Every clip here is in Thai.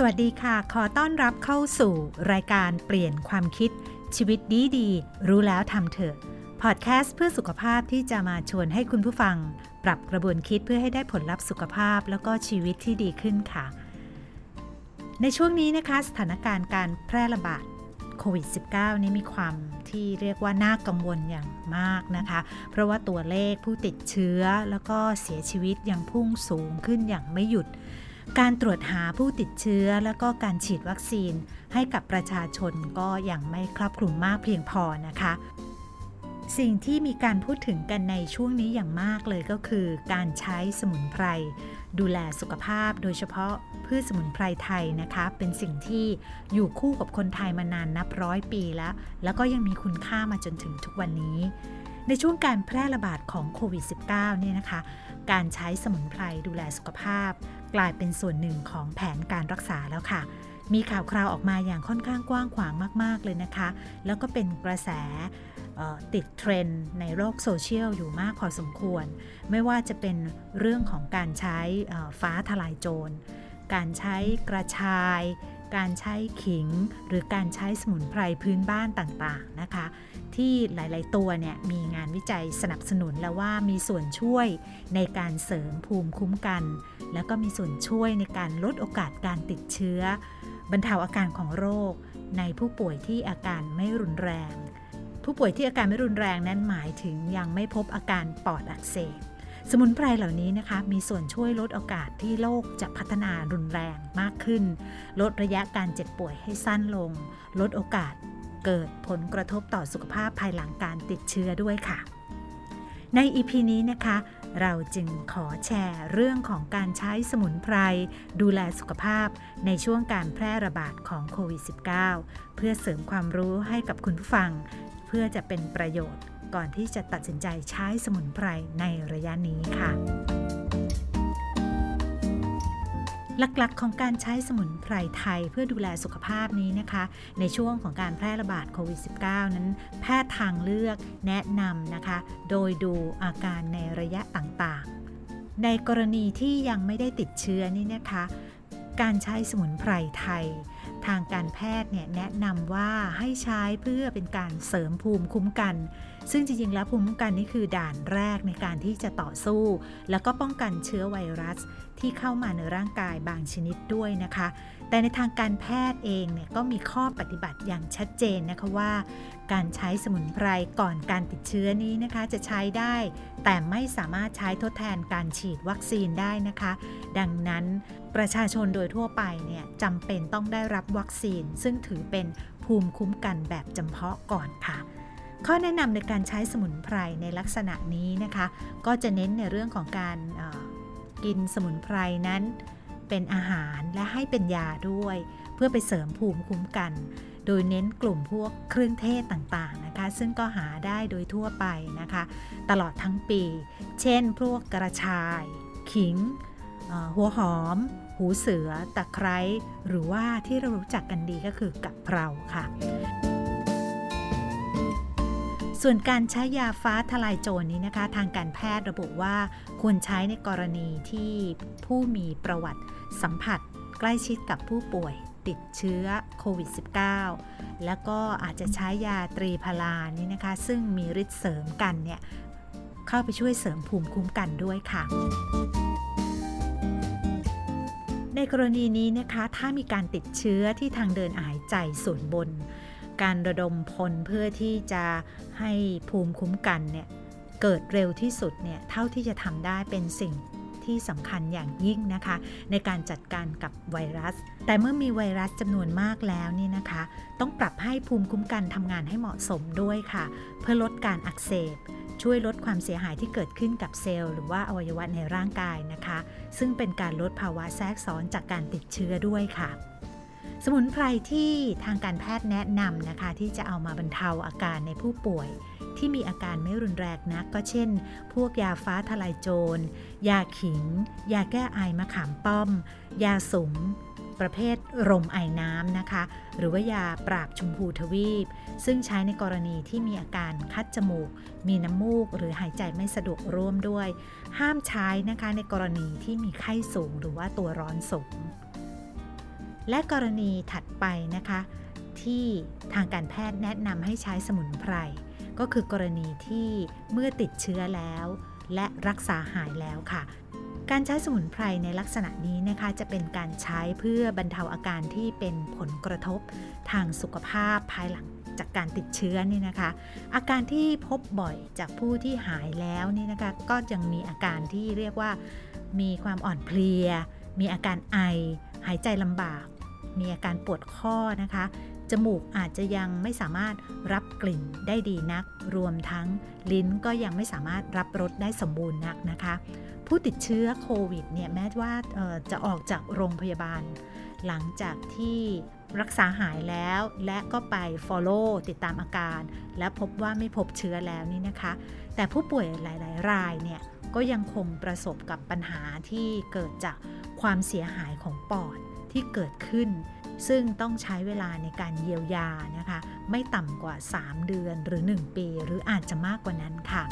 วัสดีค่ะขอต้อนรับเข้าสู่รายการเปลี่ยนความคิดชีวิตดีรู้แล้วทำเถอะพอดแคสต์เพื่อสุขภาพที่จะมาชวนให้คุณผู้ฟังปรับกระบวนคิดเพื่อให้ได้ผลลัพธ์สุขภาพแล้วก็ชีวิตที่ดีขึ้นค่ะในช่วงนี้นะคะสถานการณ์การแพร่ระบาดโควิด -19 นี้มีความที่เรียกว่าน่ากังวลอย่างมากนะคะเพราะว่าตัวเลขผู้ติดเชื้อแล้วก็เสียชีวิตยังพุ่งสูงขึ้นอย่างไม่หยุดการตรวจหาผู้ติดเชื้อแล้วก็การฉีดวัคซีนให้กับประชาชนก็ยังไม่ครอบคลุมมากเพียงพอนะคะสิ่งที่มีการพูดถึงกันในช่วงนี้อย่างมากเลยก็คือการใช้สมุนไพรดูแลสุขภาพโดยเฉพาะพืชสมุนไพรไทยนะคะเป็นสิ่งที่อยู่คู่กับคนไทยมานานนับร้อยปีแล้วก็ยังมีคุณค่ามาจนถึงทุกวันนี้ในช่วงการแพร่ระบาดของโควิด -19 เนี่ยนะคะการใช้สมุนไพรดูแลสุขภาพกลายเป็นส่วนหนึ่งของแผนการรักษาแล้วค่ะมีข่าวคราวออกมาอย่างค่อนข้างกว้างขวางมากๆเลยนะคะแล้วก็เป็นกระแสติดเทรนด์ในโลกโซเชียลอยู่มากพอสมควรไม่ว่าจะเป็นเรื่องของการใช้ฟ้าทลายโจรการใช้กระชายการใช้ขิงหรือการใช้สมุนไพรพื้นบ้านต่างๆนะคะที่หลายๆตัวเนี่ยมีงานวิจัยสนับสนุนแล้วว่ามีส่วนช่วยในการเสริมภูมิคุ้มกันแล้วก็มีส่วนช่วยในการลดโอกาสการติดเชื้อบรรเทาอาการของโรคในผู้ป่วยที่อาการไม่รุนแรงผู้ป่วยที่อาการไม่รุนแรงนั้นหมายถึงยังไม่พบอาการปอดอักเสบสมุนไพรเหล่านี้นะคะมีส่วนช่วยลดโอกาสที่โรคจะพัฒนารุนแรงมากขึ้นลดระยะการเจ็บป่วยให้สั้นลงลดโอกาสเกิดผลกระทบต่อสุขภาพภายหลังการติดเชื้อด้วยค่ะใน EP นี้นะคะเราจึงขอแชร์เรื่องของการใช้สมุนไพรดูแลสุขภาพในช่วงการแพร่ระบาดของโควิด -19 เพื่อเสริมความรู้ให้กับคุณผู้ฟังเพื่อจะเป็นประโยชน์ก่อนที่จะตัดสินใจใช้สมุนไพรในระยะนี้ค่ะหลักๆของการใช้สมุนไพรไทยเพื่อดูแลสุขภาพนี้นะคะในช่วงของการแพร่ระบาดโควิด -19 นั้นแพทย์ทางเลือกแนะนำนะคะโดยดูอาการในระยะต่างๆในกรณีที่ยังไม่ได้ติดเชื้อนี่นะคะการใช้สมุนไพรไทยทางการแพทย์เนี่ยแนะนำว่าให้ใช้เพื่อเป็นการเสริมภูมิคุ้มกันซึ่งจริงๆแล้วภูมิคุ้มกันนี่คือด่านแรกในการที่จะต่อสู้แล้วก็ป้องกันเชื้อไวรัสที่เข้ามาในร่างกายบางชนิดด้วยนะคะแต่ในทางการแพทย์เองเนี่ยก็มีข้อปฏิบัติอย่างชัดเจนนะคะว่าการใช้สมุนไพรก่อนการติดเชื้อนี้นะคะจะใช้ได้แต่ไม่สามารถใช้ทดแทนการฉีดวัคซีนได้นะคะดังนั้นประชาชนโดยทั่วไปเนี่ยจำเป็นต้องได้รับวัคซีนซึ่งถือเป็นภูมิคุ้มกันแบบจำเพาะก่อนค่ะข้อแนะนำในการใช้สมุนไพรในลักษณะนี้นะคะก็จะเน้นในเรื่องของการกินสมุนไพรนั้นเป็นอาหารและให้เป็นยาด้วยเพื่อไปเสริมภูมิคุ้มกันโดยเน้นกลุ่มพวกเครื่องเทศต่างๆนะคะซึ่งก็หาได้โดยทั่วไปนะคะตลอดทั้งปีเช่นพวกกระชายขิงหัวหอมหูเสือตะไคร้หรือว่าที่เรารู้จักกันดีก็คือกะเพราค่ะส่วนการใช้ยาฟ้าทลายโจรนี้นะคะทางการแพทย์ระบุว่าควรใช้ในกรณีที่ผู้มีประวัติสัมผัสใกล้ชิดกับผู้ป่วยติดเชื้อโควิด -19 แล้วก็อาจจะใช้ยาตรีพารานี้นะคะซึ่งมีฤทธิ์เสริมกันเนี่ยเข้าไปช่วยเสริมภูมิคุ้มกันด้วยค่ะในกรณีนี้นะคะถ้ามีการติดเชื้อที่ทางเดินหายใจส่วนบนการระดมพลเพื่อที่จะให้ภูมิคุ้มกันเนี่ยเกิดเร็วที่สุดเนี่ยเท่าที่จะทำได้เป็นสิ่งที่สำคัญอย่างยิ่งนะคะในการจัดการกับไวรัสแต่เมื่อมีไวรัสจำนวนมากแล้วนี่นะคะต้องปรับให้ภูมิคุ้มกันทำงานให้เหมาะสมด้วยค่ะเพื่อลดการอักเสบช่วยลดความเสียหายที่เกิดขึ้นกับเซลล์หรือว่าอวัยวะในร่างกายนะคะซึ่งเป็นการลดภาวะแทรกซ้อนจากการติดเชื้อด้วยค่ะสมุนไพรที่ทางการแพทย์แนะนำนะคะที่จะเอามาบรรเทาอาการในผู้ป่วยที่มีอาการไม่รุนแรงนักก็เช่นพวกยาฟ้าทลายโจรยาขิงยาแก้ไอมะขามป้อมยาสุมประเภทรมไอน้ำนะคะหรือว่ายาปราบชมพูทวีปซึ่งใช้ในกรณีที่มีอาการคัดจมูกมีน้ำมูกหรือหายใจไม่สะดวกร่วมด้วยห้ามใช้นะคะในกรณีที่มีไข้สูงหรือว่าตัวร้อนสูงและกรณีถัดไปนะคะที่ทางการแพทย์แนะนำให้ใช้สมุนไพรก็คือกรณีที่เมื่อติดเชื้อแล้วและรักษาหายแล้วค่ะการใช้สมุนไพรในลักษณะนี้นะคะจะเป็นการใช้เพื่อบรรเทาอาการที่เป็นผลกระทบทางสุขภาพภายหลังจากการติดเชื้อนี่นะคะอาการที่พบบ่อยจากผู้ที่หายแล้วนี่นะคะก็ยังมีอาการที่เรียกว่ามีความอ่อนเพลียมีอาการไอหายใจลำบากมีอาการปวดข้อนะคะจมูกอาจจะยังไม่สามารถรับกลิ่นได้ดีนักรวมทั้งลิ้นก็ยังไม่สามารถรับรสได้สมบูรณ์นักนะคะผู้ติดเชื้อโควิดเนี่ยแม้ว่าจะออกจากโรงพยาบาลหลังจากที่รักษาหายแล้วและก็ไป follow ติดตามอาการและพบว่าไม่พบเชื้อแล้วนี่นะคะแต่ผู้ป่วยหลายๆรายเนี่ยก็ยังคงประสบกับปัญหาที่เกิดจากความเสียหายของปอดที่เกิดขึ้นซึ่งต้องใช้เวลาในการเยียวยานะคะไม่ต่ำกว่า3เดือนหรือ1ปีหรืออาจจะมากกว่านั้นค่ะ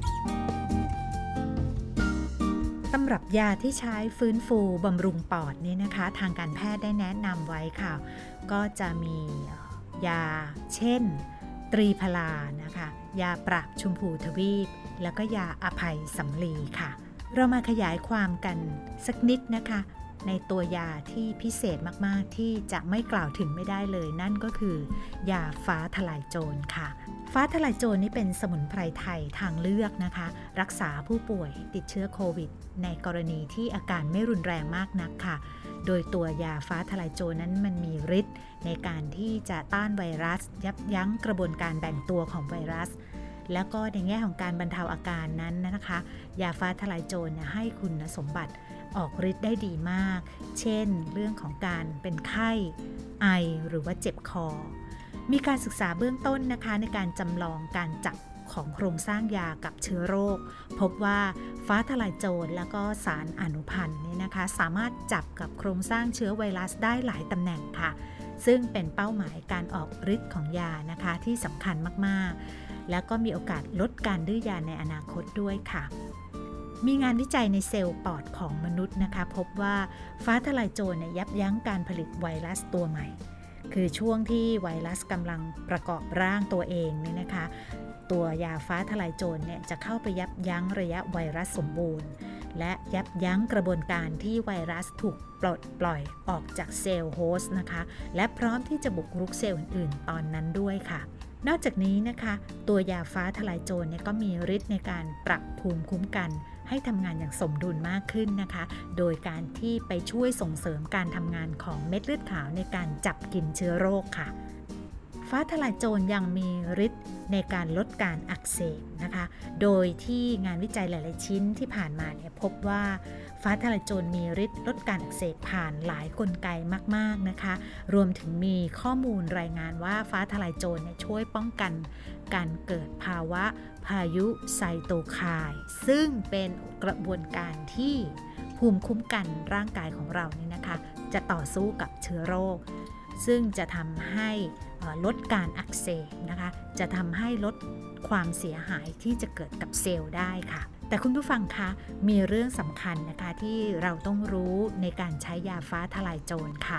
ตำรับยาที่ใช้ฟื้นฟูบำรุงปอดนี่นะคะทางการแพทย์ได้แนะนำไว้ค่ะก็จะมียาเช่นตรีพลานะคะยาปราบชมพูทวีปแล้วก็ยาอภัยสำลีค่ะเรามาขยายความกันสักนิดนะคะในตัวยาที่พิเศษมากๆที่จะไม่กล่าวถึงไม่ได้เลยนั่นก็คือยาฟ้าทลายโจรค่ะฟ้าทลายโจรนี่เป็นสมุนไพรไทยทางเลือกนะคะรักษาผู้ป่วยติดเชื้อโควิดในกรณีที่อาการไม่รุนแรงมากนักค่ะโดยตัวยาฟ้าทลายโจรนั้นมันมีฤทธิ์ในการที่จะต้านไวรัสยับยั้งกระบวนการแบ่งตัวของไวรัสแล้วก็ในแง่ของการบรรเทาอาการนั้นนะคะยาฟ้าทลายโจรให้คุณสมบัติออกฤทธิ์ได้ดีมากเช่นเรื่องของการเป็นไข้ไอหรือว่าเจ็บคอมีการศึกษาเบื้องต้นนะคะในการจำลองการจับของโครงสร้างยากับเชื้อโรคพบว่าฟ้าทลายโจรแล้วก็สารอนุพันธ์นี่นะคะสามารถจับกับโครงสร้างเชื้อไวรัสได้หลายตำแหน่งค่ะซึ่งเป็นเป้าหมายการออกฤทธิ์ของยานะคะที่สำคัญมากๆแล้วก็มีโอกาสลดการดื้อยาในอนาคตด้วยค่ะมีงานวิจัยในเซลล์ปอดของมนุษย์นะคะพบว่าฟ้าทลายโจรยับยั้งการผลิตไวรัสตัวใหม่คือช่วงที่ไวรัสกำลังประกอบร่างตัวเองเนี่ยนะคะตัวยาฟ้าทลายโจรเนี่ยจะเข้าไปยับยั้งระยะไวรัสสมบูรณ์และยับยั้งกระบวนการที่ไวรัสถูกปล่อยออกจากเซลล์โฮสต์นะคะและพร้อมที่จะบุกรุกเซลล์อื่นๆตอนนั้นด้วยค่ะนอกจากนี้นะคะตัวยาฟ้าทลายโจรเนี่ยก็มีฤทธิ์ในการปรับภูมิคุ้มกันให้ทำงานอย่างสมดุลมากขึ้นนะคะโดยการที่ไปช่วยส่งเสริมการทำงานของเม็ดเลือดขาวในการจับกินเชื้อโรคค่ะฟ้าทลายโจรยังมีฤทธิ์ในการลดการอักเสบนะคะโดยที่งานวิจัยหลายๆชิ้นที่ผ่านมาเนี่ยพบว่าฟ้าทลายโจรมีฤทธิ์ลดการอักเสบผ่านหลายกลไกมากๆนะคะรวมถึงมีข้อมูลรายงานว่าฟ้าทลายโจรเนี่ยช่วยป้องกันการเกิดภาวะพายุไซโตไคน์ซึ่งเป็นกระบวนการที่ภูมิคุ้มกันร่างกายของเรานี่นะคะจะต่อสู้กับเชื้อโรคซึ่งจะทำให้ลดการอักเสบนะคะจะทำให้ลดความเสียหายที่จะเกิดกับเซลล์ได้ค่ะแต่คุณผู้ฟังคะมีเรื่องสำคัญนะคะที่เราต้องรู้ในการใช้ยาฟ้าทลายโจรค่ะ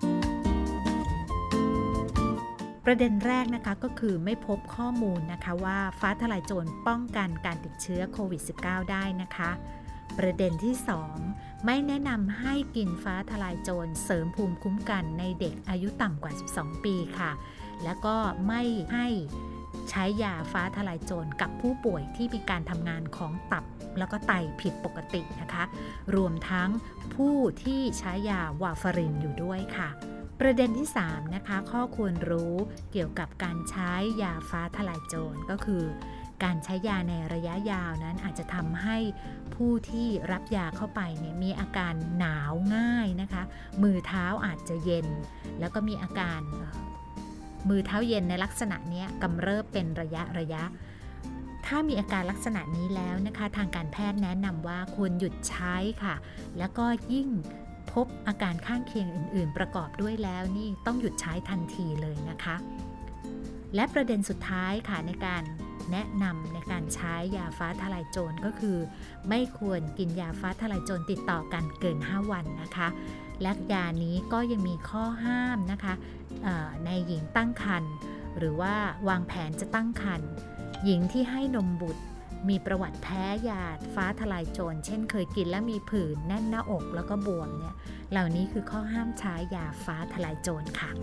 ประเด็นแรกนะคะก็คือไม่พบข้อมูลนะคะว่าฟ้าทลายโจรป้องกันการติดเชื้อโควิด -19 ได้นะคะประเด็นที่2ไม่แนะนำให้กินฟ้าทลายโจรเสริมภูมิคุ้มกันในเด็กอายุต่ำกว่า12ปีค่ะแล้วก็ไม่ให้ใช้ยาฟ้าทลายโจรกับผู้ป่วยที่มีการทำงานของตับแล้วก็ไตผิดปกตินะคะรวมทั้งผู้ที่ใช้ยาวาฟารินอยู่ด้วยค่ะประเด็นที่3นะคะข้อควรรู้เกี่ยวกับการใช้ยาฟ้าทลายโจรก็คือการใช้ยาในระยะยาวนั้นอาจจะทำให้ผู้ที่รับยาเข้าไปเนี่ยมีอาการหนาวง่ายนะคะมือเท้าอาจจะเย็นแล้วก็มีอาการมือเท้าเย็นในลักษณะนี้กำเริบเป็นระยะถ้ามีอาการลักษณะนี้แล้วนะคะทางการแพทย์แนะนำว่าควรหยุดใช้ค่ะแล้วก็ยิ่งพบอาการข้างเคียงอื่นๆประกอบด้วยแล้วนี่ต้องหยุดใช้ทันทีเลยนะคะและประเด็นสุดท้ายค่ะในการแนะนำในการใช้ยาฟ้าทลายโจรก็คือไม่ควรกินยาฟ้าทลายโจรติดต่อกันเกิน5วันนะคะและยานี้ก็ยังมีข้อห้ามนะคะในหญิงตั้งครรภ์หรือว่าวางแผนจะตั้งครรภ์หญิงที่ให้นมบุตรมีประวัติแพ้ยาฟ้าทลายโจรเช่นเคยกินแล้วมีผื่นแน่นหน้าอกแล้วก็บวมเนี่ยเหล่านี้คือข้อห้ามใช้ยาฟ้าทลายโจรค่ะ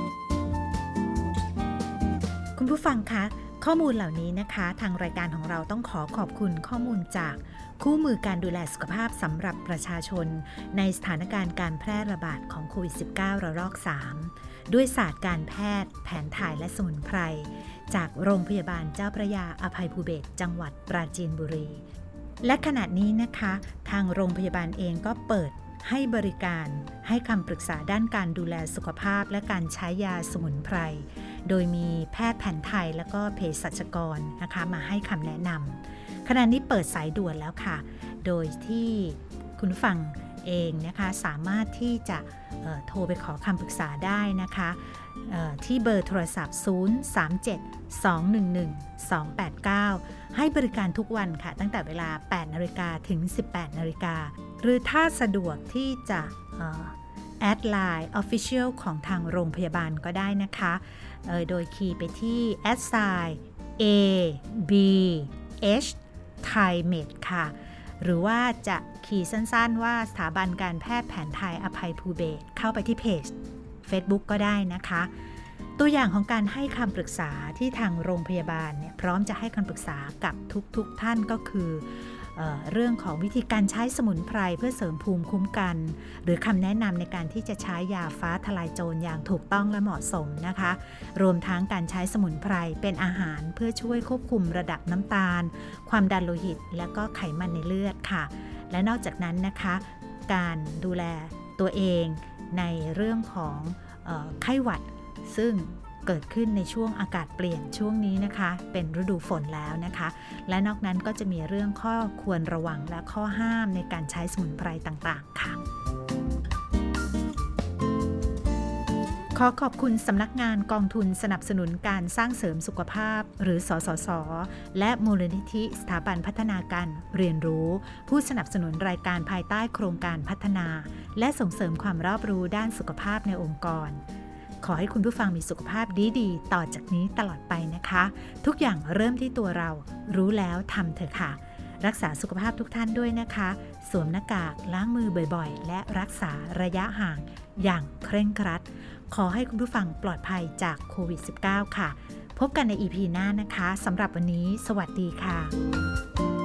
คุณผู้ฟังคะข้อมูลเหล่านี้นะคะทางรายการของเราต้องขอบคุณข้อมูลจากคู่มือการดูแลสุขภาพสำหรับประชาชนในสถานการณ์การแพร่ระบาดของโควิด -19 ระลอก 3 ด้วยศาสตร์การแพทย์แผนไทยและสมุนไพรจากโรงพยาบาลเจ้าพระยาอภัยภูเบศรจังหวัดปราจีนบุรีและขณะนี้นะคะทางโรงพยาบาลเองก็เปิดให้บริการให้คำปรึกษาด้านการดูแลสุขภาพและการใช้ยาสมุนไพรโดยมีแพทย์แผนไทยและก็เภสัชกรนะคะมาให้คำแนะนำขณะนี้เปิดสายด่วนแล้วค่ะโดยที่คุณฟังเองนะคะสามารถที่จะโทรไปขอคำปรึกษาได้นะคะที่เบอร์โทรศัพท์ 037-211-289 ให้บริการทุกวันค่ะตั้งแต่เวลา 8 นาฬิกาถึง 18 นาฬิกาหรือถ้าสะดวกที่จะแอดไลน์ Official ของทางโรงพยาบาลก็ได้นะคะโดยคีย์ไปที่@ABH Thaimed ค่ะหรือว่าจะคีย์สั้นๆว่าสถาบันการแพทย์แผนไทยอภัยภูเบศรเข้าไปที่เพจ Facebook ก็ได้นะคะตัวอย่างของการให้คำปรึกษาที่ทางโรงพยาบาลเนี่ยพร้อมจะให้คำปรึกษากับทุกท่านก็คือเรื่องของวิธีการใช้สมุนไพรเพื่อเสริมภูมิคุ้มกันหรือคำแนะนำในการที่จะใช้ยาฟ้าทลายโจรอย่างถูกต้องและเหมาะสมนะคะรวมทั้งการใช้สมุนไพรเป็นอาหารเพื่อช่วยควบคุมระดับน้ำตาลความดันโลหิตและก็ไขมันในเลือดค่ะและนอกจากนั้นนะคะการดูแลตัวเองในเรื่องของไข้หวัดซึ่งเกิดขึ้นในช่วงอากาศเปลี่ยนช่วงนี้นะคะเป็นฤดูฝนแล้วนะคะและนอกนั้นก็จะมีเรื่องข้อควรระวังและข้อห้ามในการใช้สมุนไพรต่างๆค่ะขอขอบคุณสำนักงานกองทุนสนับสนุนการสร้างเสริมสุขภาพหรือสสส.และมูลนิธิสถาบันพัฒนาการเรียนรู้ผู้สนับสนุนรายการภายใต้โครงการพัฒนาและส่งเสริมความรอบรู้ด้านสุขภาพในองค์กรขอให้คุณผู้ฟังมีสุขภาพดีๆต่อจากนี้ตลอดไปนะคะทุกอย่างเริ่มที่ตัวเรารู้แล้วทำเถอะค่ะรักษาสุขภาพทุกท่านด้วยนะคะสวมหน้ากากล้างมือบ่อยๆและรักษาระยะห่างอย่างเคร่งครัดขอให้คุณผู้ฟังปลอดภัยจากโควิด -19 ค่ะพบกันใน EP หน้านะคะสำหรับวันนี้สวัสดีค่ะ